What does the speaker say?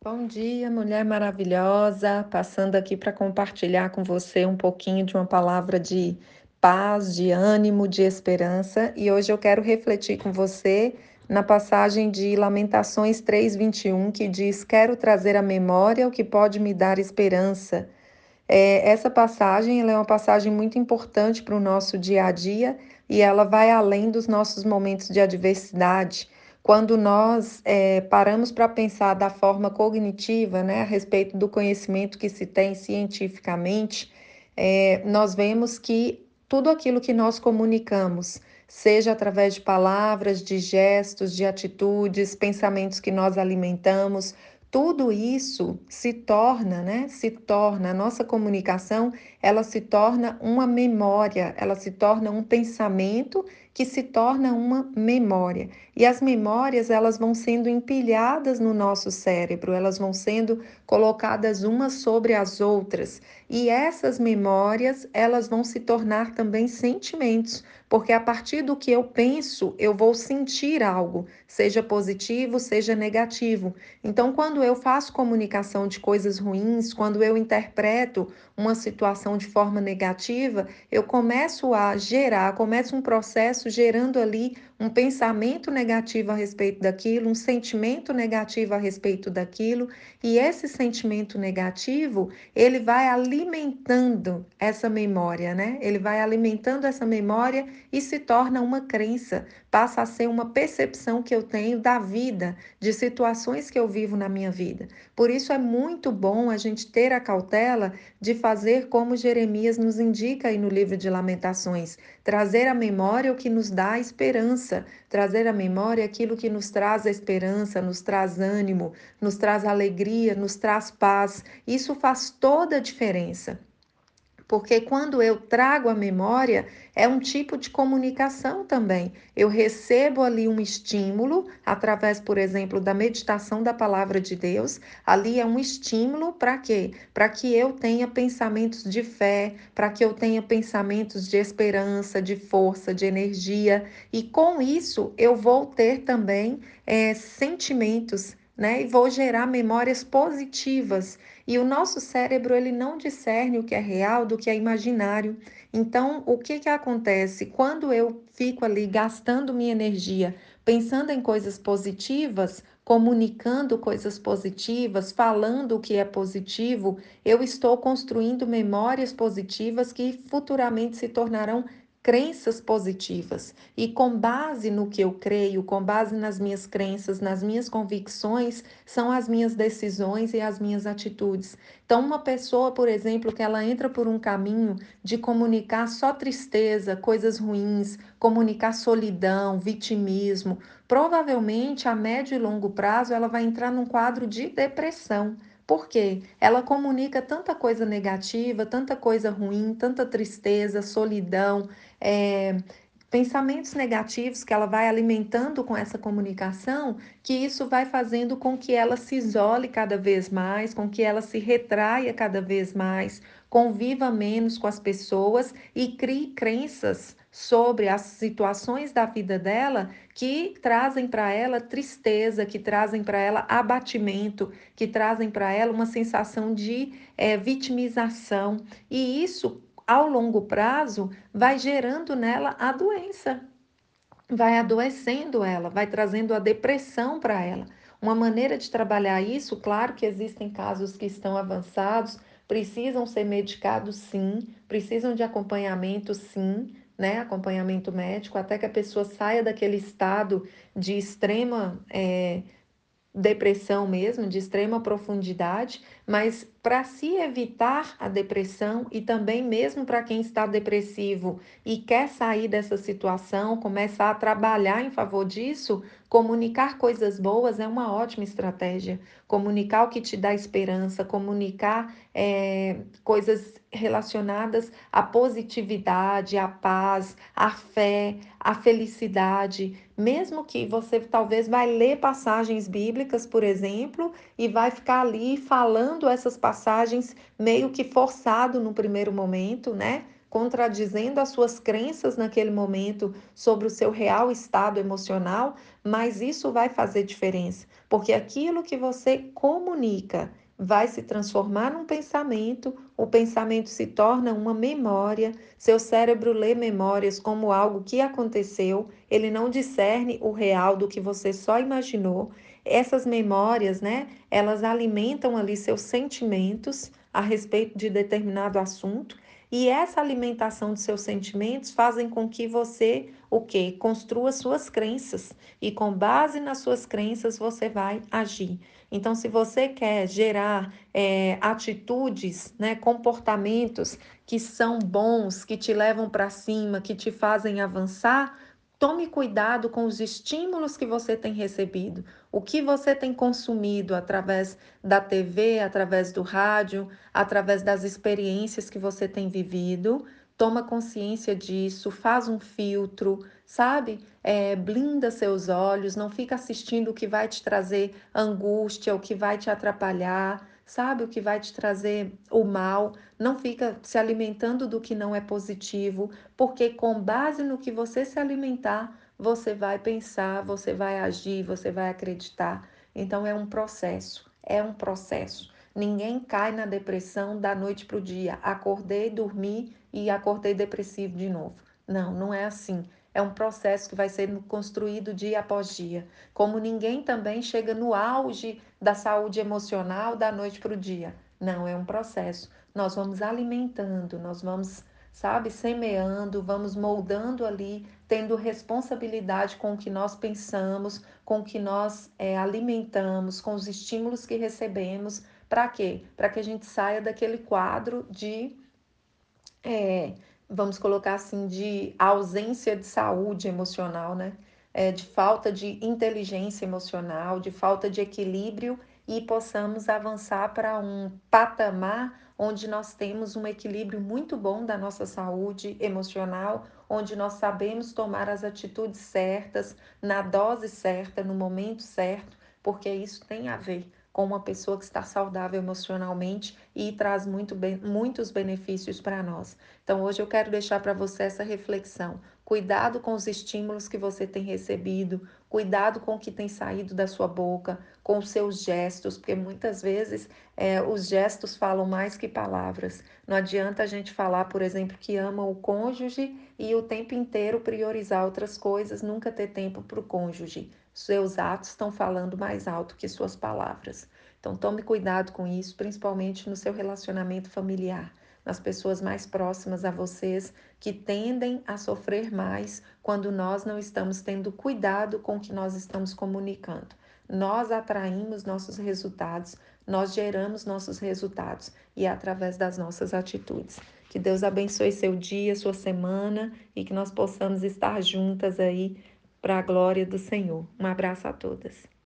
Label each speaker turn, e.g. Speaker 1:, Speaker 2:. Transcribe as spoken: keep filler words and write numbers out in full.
Speaker 1: Bom dia, mulher maravilhosa. Passando aqui para compartilhar com você um pouquinho de uma palavra de paz, de ânimo, de esperança. E hoje eu quero refletir com você na passagem de Lamentações três, vinte e um, que diz: Quero trazer à memória o que pode me dar esperança. É, essa passagem ela é uma passagem muito importante para o nosso dia a dia e ela vai além dos nossos momentos de adversidade. Quando nós é, paramos para pensar da forma cognitiva, né, a respeito do conhecimento que se tem cientificamente, é, nós vemos que tudo aquilo que nós comunicamos, seja através de palavras, de gestos, de atitudes, pensamentos que nós alimentamos, tudo isso se torna, né? Se torna, a nossa comunicação, ela se torna uma memória, ela se torna um pensamento que se torna uma memória. E as memórias, elas vão sendo empilhadas no nosso cérebro, elas vão sendo colocadas umas sobre as outras. E essas memórias, elas vão se tornar também sentimentos, porque a partir do que eu penso, eu vou sentir algo, seja positivo, seja negativo. Então, quando eu faço comunicação de coisas ruins, quando eu interpreto uma situação de forma negativa, eu começo a gerar, começo um processo gerando ali um pensamento negativo a respeito daquilo, um sentimento negativo a respeito daquilo, e esse sentimento negativo, ele vai alimentando essa memória, né? Ele vai alimentando essa memória e se torna uma crença, passa a ser uma percepção que eu tenho da vida, de situações que eu vivo na minha vida. Por isso é muito bom a gente ter a cautela de fazer como Jeremias nos indica aí no livro de Lamentações, trazer à memória o que nos dá esperança, trazer à memória aquilo que nos traz a esperança, nos traz ânimo, nos traz alegria, nos traz paz. Isso faz toda a diferença. Porque quando eu trago a memória, é um tipo de comunicação também. Eu recebo ali um estímulo, através, por exemplo, da meditação da palavra de Deus. Ali é um estímulo para quê? Para que eu tenha pensamentos de fé, para que eu tenha pensamentos de esperança, de força, de energia. E com isso, eu vou ter também é, sentimentos, né? E vou gerar memórias positivas. E o nosso cérebro, ele não discerne o que é real do que é imaginário. Então, o que que acontece? Quando eu fico ali gastando minha energia pensando em coisas positivas, comunicando coisas positivas, falando o que é positivo, eu estou construindo memórias positivas que futuramente se tornarão crenças positivas. E com base no que eu creio, com base nas minhas crenças, nas minhas convicções, são as minhas decisões e as minhas atitudes. Então, uma pessoa, por exemplo, que ela entra por um caminho de comunicar só tristeza, coisas ruins, comunicar solidão, vitimismo, provavelmente a médio e longo prazo ela vai entrar num quadro de depressão. Por quê? Ela comunica tanta coisa negativa, tanta coisa ruim, tanta tristeza, solidão, é, pensamentos negativos que ela vai alimentando com essa comunicação, que isso vai fazendo com que ela se isole cada vez mais, com que ela se retraia cada vez mais, conviva menos com as pessoas e crie crenças sobre as situações da vida dela que trazem para ela tristeza, que trazem para ela abatimento, que trazem para ela uma sensação de é, vitimização. E isso, ao longo prazo, vai gerando nela a doença, vai adoecendo ela, vai trazendo a depressão para ela. Uma maneira de trabalhar isso, claro que existem casos que estão avançados, precisam ser medicados sim, precisam de acompanhamento sim, né? Acompanhamento médico, até que a pessoa saia daquele estado de extrema é, depressão mesmo, de extrema profundidade, mas para se evitar a depressão e também mesmo para quem está depressivo e quer sair dessa situação, começar a trabalhar em favor disso, comunicar coisas boas é uma ótima estratégia. Comunicar o que te dá esperança, comunicar é, coisas relacionadas à positividade, à paz, à fé, à felicidade. Mesmo que você talvez vai ler passagens bíblicas, por exemplo, e vai ficar ali falando essas passagens meio que forçado no primeiro momento, né? contradizendo as suas crenças naquele momento sobre o seu real estado emocional, mas isso vai fazer diferença, porque aquilo que você comunica vai se transformar num pensamento, o pensamento se torna uma memória, seu cérebro lê memórias como algo que aconteceu, ele não discerne o real do que você só imaginou. Essas memórias, né, elas alimentam ali seus sentimentos a respeito de determinado assunto, e essa alimentação de seus sentimentos fazem com que você, o quê? Construa suas crenças, e com base nas suas crenças você vai agir. Então, se você quer gerar é, atitudes, né, comportamentos que são bons, que te levam para cima, que te fazem avançar, tome cuidado com os estímulos que você tem recebido, o que você tem consumido através da T V, através do rádio, através das experiências que você tem vivido. Toma consciência disso, faz um filtro, sabe? É, blinda seus olhos, não fica assistindo o que vai te trazer angústia, o que vai te atrapalhar, sabe? O que vai te trazer o mal. Não fica se alimentando do que não é positivo, porque com base no que você se alimentar, você vai pensar, você vai agir, você vai acreditar. Então é um processo, é um processo. Ninguém cai na depressão da noite para o dia. Acordei, dormi e acordei depressivo de novo. Não, não é assim. É um processo que vai sendo construído dia após dia. Como ninguém também chega no auge da saúde emocional da noite para o dia. Não, é um processo. Nós vamos alimentando, nós vamos, sabe, semeando, vamos moldando ali, tendo responsabilidade com o que nós pensamos, com o que nós é, alimentamos, com os estímulos que recebemos. Para quê? Para que a gente saia daquele quadro de é, vamos colocar assim, de ausência de saúde emocional, né? É, de falta de inteligência emocional, de falta de equilíbrio e possamos avançar para um patamar onde nós temos um equilíbrio muito bom da nossa saúde emocional, onde nós sabemos tomar as atitudes certas, na dose certa, no momento certo, porque isso tem a ver com uma pessoa que está saudável emocionalmente e traz muito bem, muitos benefícios para nós. Então, hoje eu quero deixar para você essa reflexão. Cuidado com os estímulos que você tem recebido, cuidado com o que tem saído da sua boca, com os seus gestos, porque muitas vezes é, os gestos falam mais que palavras. Não adianta a gente falar, por exemplo, que ama o cônjuge e o tempo inteiro priorizar outras coisas, nunca ter tempo para o cônjuge. Seus atos estão falando mais alto que suas palavras. Então, tome cuidado com isso, principalmente no seu relacionamento familiar, nas pessoas mais próximas a vocês, que tendem a sofrer mais quando nós não estamos tendo cuidado com o que nós estamos comunicando. Nós atraímos nossos resultados, nós geramos nossos resultados e é através das nossas atitudes. Que Deus abençoe seu dia, sua semana e que nós possamos estar juntas aí para a glória do Senhor. Um abraço a todas.